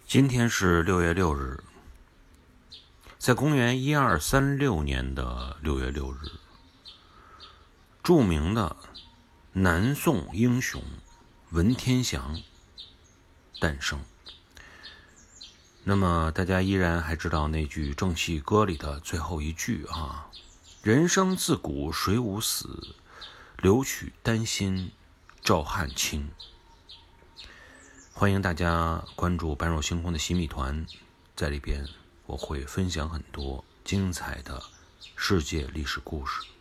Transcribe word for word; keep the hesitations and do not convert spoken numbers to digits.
今天是六月六日，在公元一二三六年的六月六日，著名的南宋英雄文天祥诞生。那么大家依然还知道那句正气歌里的最后一句啊，人生自古谁无死，留取丹心照汗青。欢迎大家关注般若星空的洗米团，在里边我会分享很多精彩的世界历史故事。